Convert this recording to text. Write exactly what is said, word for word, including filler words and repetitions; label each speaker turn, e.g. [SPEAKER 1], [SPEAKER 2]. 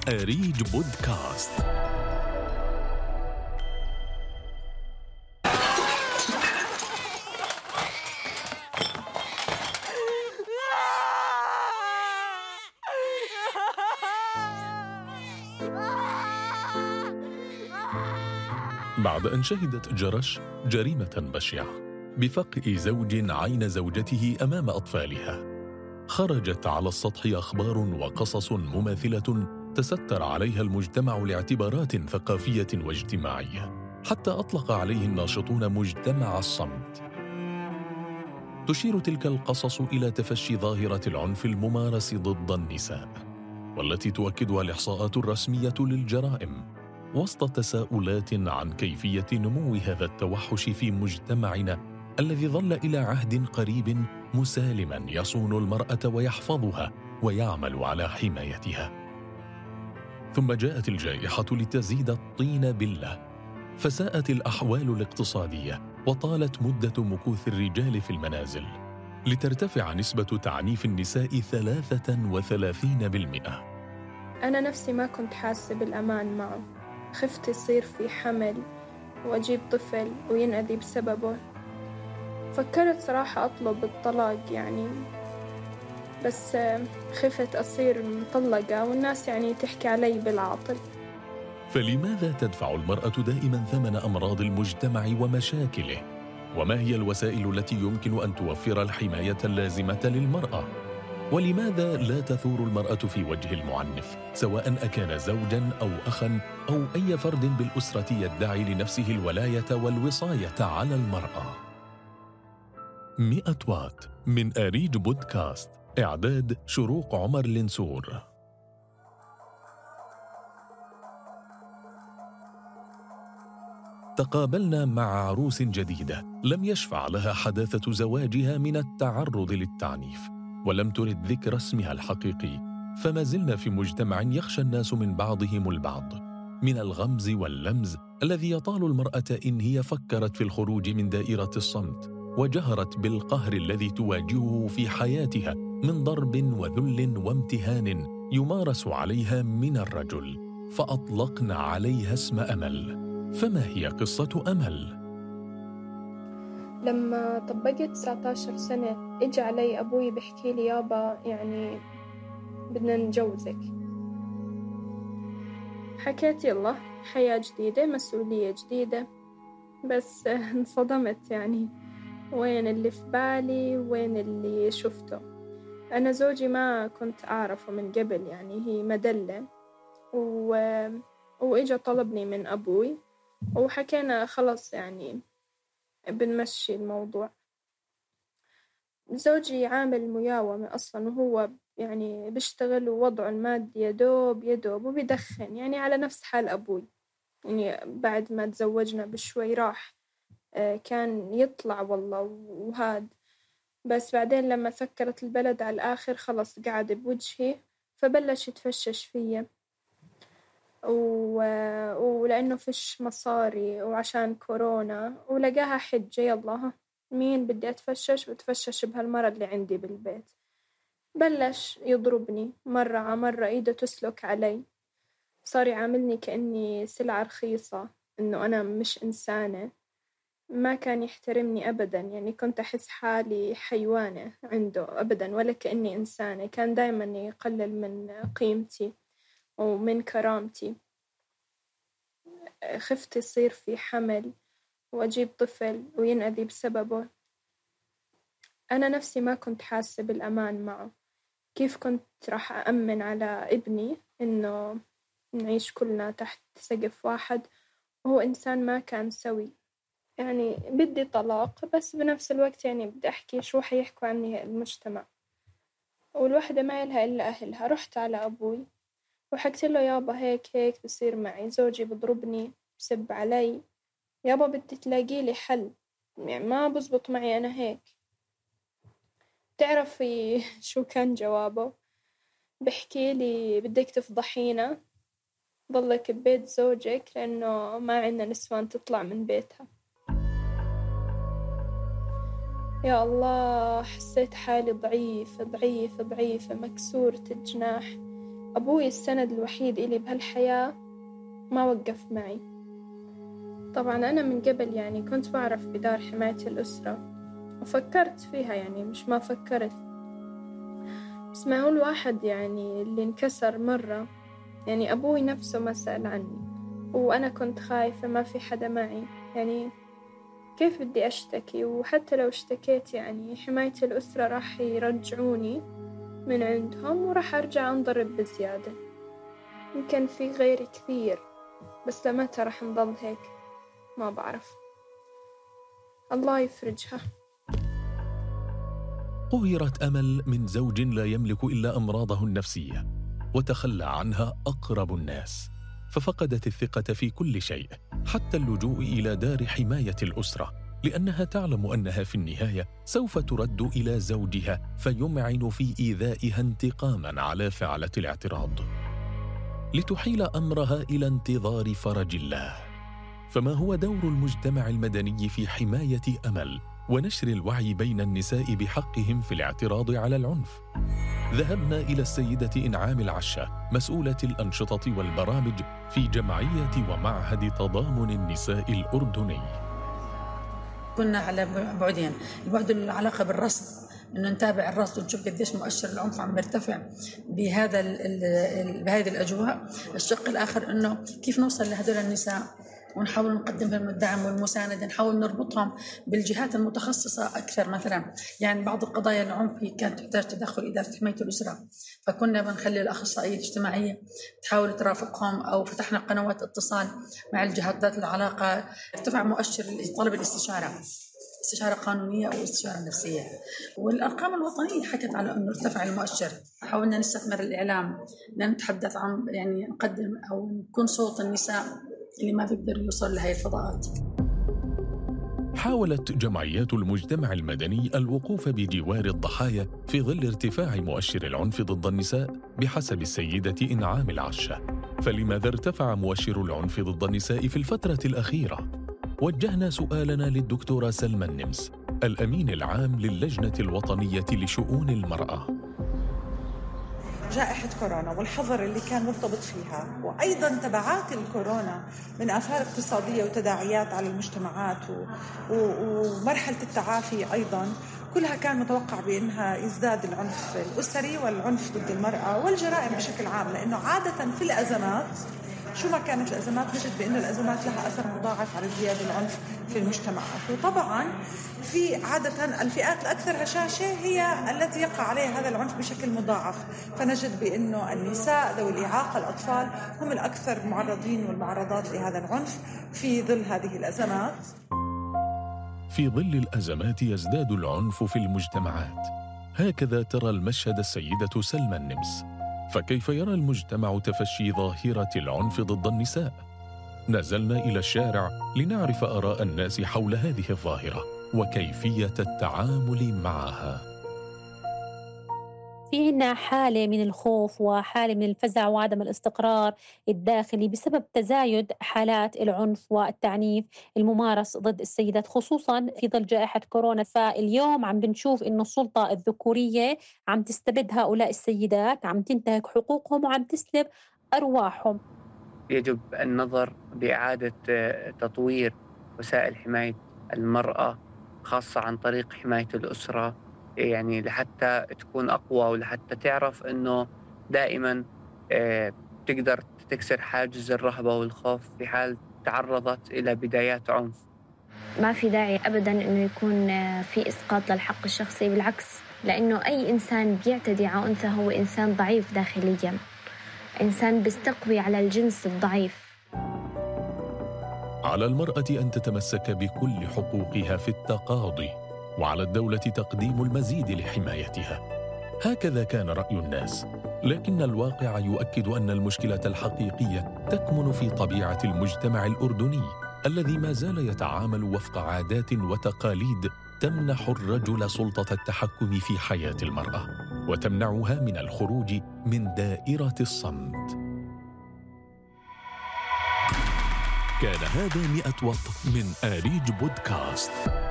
[SPEAKER 1] أريج بودكاست. بعد أن شهدت جرش جريمة بشعة بفقع زوج عين زوجته أمام أطفالها، خرجت على السطح أخبار وقصص مماثلة تستر عليها المجتمع لاعتبارات ثقافية واجتماعية، حتى أطلق عليه الناشطون مجتمع الصمت. تشير تلك القصص إلى تفشي ظاهرة العنف الممارس ضد النساء، والتي تؤكدها الإحصاءات الرسمية للجرائم، وسط تساؤلات عن كيفية نمو هذا التوحش في مجتمعنا الذي ظل إلى عهد قريب مسالماً يصون المرأة ويحفظها ويعمل على حمايتها. ثم جاءت الجائحة لتزيد الطين بلة، فساءت الأحوال الاقتصادية وطالت مدة مكوث الرجال في المنازل، لترتفع نسبة تعنيف النساء ثلاثة وثلاثين بالمئة.
[SPEAKER 2] أنا نفسي ما كنت حاسة بالأمان معه، خفت يصير في حمل وأجيب طفل وينأذي بسببه. فكرت صراحة أطلب الطلاق يعني، بس خفت أصير مطلقة والناس يعني تحكي علي بالعاطل.
[SPEAKER 1] فلماذا تدفع المرأة دائما ثمن أمراض المجتمع ومشاكله؟ وما هي الوسائل التي يمكن أن توفر الحماية اللازمة للمرأة؟ ولماذا لا تثور المرأة في وجه المعنف، سواء أكان زوجاً أو أخاً أو أي فرد بالأسرة يدعي لنفسه الولاية والوصاية على المرأة؟ مئة وات من أريج بودكاست. إعداد شروق عمر لنسور. تقابلنا مع عروس جديدة لم يشفع لها حداثة زواجها من التعرض للتعنيف، ولم ترد ذكر اسمها الحقيقي، فما زلنا في مجتمع يخشى الناس من بعضهم البعض، من الغمز واللمز الذي يطال المرأة إن هي فكرت في الخروج من دائرة الصمت، وجهرت بالقهر الذي تواجهه في حياتها من ضرب وذل وامتهان يمارس عليها من الرجل، فأطلقنا عليها اسم أمل. فما هي قصة أمل؟
[SPEAKER 2] لما طبقت تسعة عشر سنة إجى علي أبوي بحكي لي يابا يعني بدنا نجوزك. حكيت يلا حياة جديدة مسؤولية جديدة، بس انصدمت يعني وين اللي في بالي وين اللي شفته. أنا زوجي ما كنت أعرفه من قبل، يعني هي مدلة و... وإجا طلبني من أبوي وحكينا خلص يعني بنمشي الموضوع. زوجي عامل مياومة أصلاً، وهو يعني بيشتغل ووضعه المادي يدوب يدوب وبيدخن، يعني على نفس حال أبوي. يعني بعد ما تزوجنا بشوي راح كان يطلع والله وهاد، بس بعدين لما سكرت البلد على الآخر خلص قعد بوجهي، فبلش يتفشش فيا، و... ولأنه فيش مصاري وعشان كورونا ولقاها حجة يلا مين بدي أتفشش وتفشش بهالمرض اللي عندي بالبيت. بلش يضربني مرة على مرة، إيده تسلك علي، صار يعاملني كأني سلعة رخيصة، إنه أنا مش إنسانة. ما كان يحترمني أبداً، يعني كنت أحس حالي حيوانة عنده أبداً ولا كأني إنسانة. كان دايماً يقلل من قيمتي ومن كرامتي. خفت يصير في حمل وأجيب طفل وينأذي بسببه. أنا نفسي ما كنت حاسة بالأمان معه، كيف كنت راح أأمن على ابني إنه نعيش كلنا تحت سقف واحد وهو إنسان ما كان سوي. يعني بدي طلاق، بس بنفس الوقت يعني بدي أحكي شو حيحكوا عني المجتمع، والوحدة ما إلها إلا أهلها. رحت على أبوي وحكت له يابا هيك هيك بصير معي، زوجي بضربني بسب علي، يابا بدي تلاقي لي حل، يعني ما بزبط معي أنا هيك. تعرفي شو كان جوابه؟ بحكي لي بدك تفضحينا، ضلك ببيت زوجك لأنه ما عندنا نسوان تطلع من بيتها. يا الله، حسيت حالي ضعيفة ضعيفة ضعيفة مكسورة الجناح، أبوي السند الوحيد إلي بهالحياة ما وقف معي. طبعا أنا من قبل يعني كنت بعرف بدار حماية الأسرة وفكرت فيها، يعني مش ما فكرت، بس ما هو الواحد يعني اللي انكسر مرة. يعني أبوي نفسه ما سأل عني وأنا كنت خايفة ما في حدا معي، يعني كيف بدي أشتكي؟ وحتى لو اشتكيت يعني حماية الأسرة راح يرجعوني من عندهم وراح أرجع أنضرب بزيادة. يمكن في غيري كثير، بس لمتى راح نضل هيك ما بعرف. الله يفرجها.
[SPEAKER 1] قهرت أمل من زوج لا يملك إلا أمراضه النفسية، وتخلى عنها أقرب الناس، ففقدت الثقة في كل شيء، حتى اللجوء إلى دار حماية الأسرة، لأنها تعلم أنها في النهاية سوف ترد إلى زوجها فيمعن في إيذائها انتقاماً على فعلة الاعتراض، لتحيل أمرها إلى انتظار فرج الله. فما هو دور المجتمع المدني في حماية أمل ونشر الوعي بين النساء بحقهم في الاعتراض على العنف؟ ذهبنا إلى السيدة إنعام العشة، مسؤولة الأنشطة والبرامج في جمعية ومعهد تضامن النساء الأردني.
[SPEAKER 3] كنا على بعدين، البعد العلاقة بالرصد، إنه نتابع الرصد ونشوف قديش مؤشر العنف عم يرتفع بهذا بهذه الأجواء. الشق الآخر إنه كيف نوصل لهذول النساء ونحاول نقدم لهم الدعم والمساندة، نحاول نربطهم بالجهات المتخصصة أكثر. مثلا يعني بعض القضايا العنف كانت تحتاج تدخل إدارة حماية الأسرة، فكنا بنخلي الأخصائية الاجتماعية تحاول ترافقهم، أو فتحنا قنوات اتصال مع الجهات ذات العلاقة. ارتفع مؤشر طلب الاستشارة، استشارة قانونية أو استشارة نفسية، والأرقام الوطنية حكت على أنه ارتفع المؤشر. حاولنا نستثمر الإعلام، نتحدث عن يعني نقدم أو نكون صوت النساء اللي ما بيقدر يوصل لهي الفضاءات.
[SPEAKER 1] حاولت جمعيات المجتمع المدني الوقوف بجوار الضحايا في ظل ارتفاع مؤشر العنف ضد النساء بحسب السيدة إنعام العشة. فلماذا ارتفع مؤشر العنف ضد النساء في الفترة الأخيرة؟ وجهنا سؤالنا للدكتورة سلمى النمس، الأمين العام للجنة الوطنية لشؤون المرأة.
[SPEAKER 4] جائحة كورونا والحظر اللي كان مرتبط فيها، وأيضاً تبعات الكورونا من آثار اقتصادية وتداعيات على المجتمعات و... و... ومرحلة التعافي أيضاً، كلها كان متوقع بأنها يزداد العنف الأسري والعنف ضد المرأة والجرائم بشكل عام، لأنه عادة في الأزمات شو ما كانت الأزمات نجد بأن الأزمات لها أثر مضاعف على ازدياد العنف في المجتمعات. وطبعاً في عادة الفئات الأكثر هشاشة هي التي يقع عليها هذا العنف بشكل مضاعف، فنجد بأنه النساء ذوي الإعاقة الأطفال هم الأكثر معرضين والمعرضات لهذا العنف في ظل هذه الأزمات.
[SPEAKER 1] في ظل الأزمات يزداد العنف في المجتمعات، هكذا ترى المشهد السيدة سلمى النمس. فكيف يرى المجتمع تفشي ظاهرة العنف ضد النساء؟ نزلنا إلى الشارع لنعرف آراء الناس حول هذه الظاهرة وكيفية التعامل معها.
[SPEAKER 5] في عنا حالة من الخوف وحالة من الفزع وعدم الاستقرار الداخلي بسبب تزايد حالات العنف والتعنيف الممارس ضد السيدات، خصوصاً في ظل جائحة كورونا. فاليوم عم بنشوف إنه السلطة الذكورية عم تستبد هؤلاء السيدات، عم تنتهك حقوقهم وعم تسلب أرواحهم.
[SPEAKER 6] يجب النظر بإعادة تطوير وسائل حماية المرأة، خاصة عن طريق حماية الأسرة، يعني لحتى تكون أقوى ولحتى تعرف أنه دائما تقدر تكسر حاجز الرهبة والخوف في حال تعرضت إلى بدايات عنف.
[SPEAKER 7] ما في داعي أبدا أنه يكون في إسقاط للحق الشخصي، بالعكس، لأنه أي إنسان بيعتدي على أنثى هو إنسان ضعيف داخليا، إنسان بيستقوي على الجنس الضعيف.
[SPEAKER 1] على المرأة أن تتمسك بكل حقوقها في التقاضي، وعلى الدولة تقديم المزيد لحمايتها. هكذا كان رأي الناس، لكن الواقع يؤكد أن المشكلة الحقيقية تكمن في طبيعة المجتمع الأردني الذي ما زال يتعامل وفق عادات وتقاليد تمنح الرجل سلطة التحكم في حياة المرأة وتمنعها من الخروج من دائرة الصمت. كان هذا مئة وط من آريج بودكاست.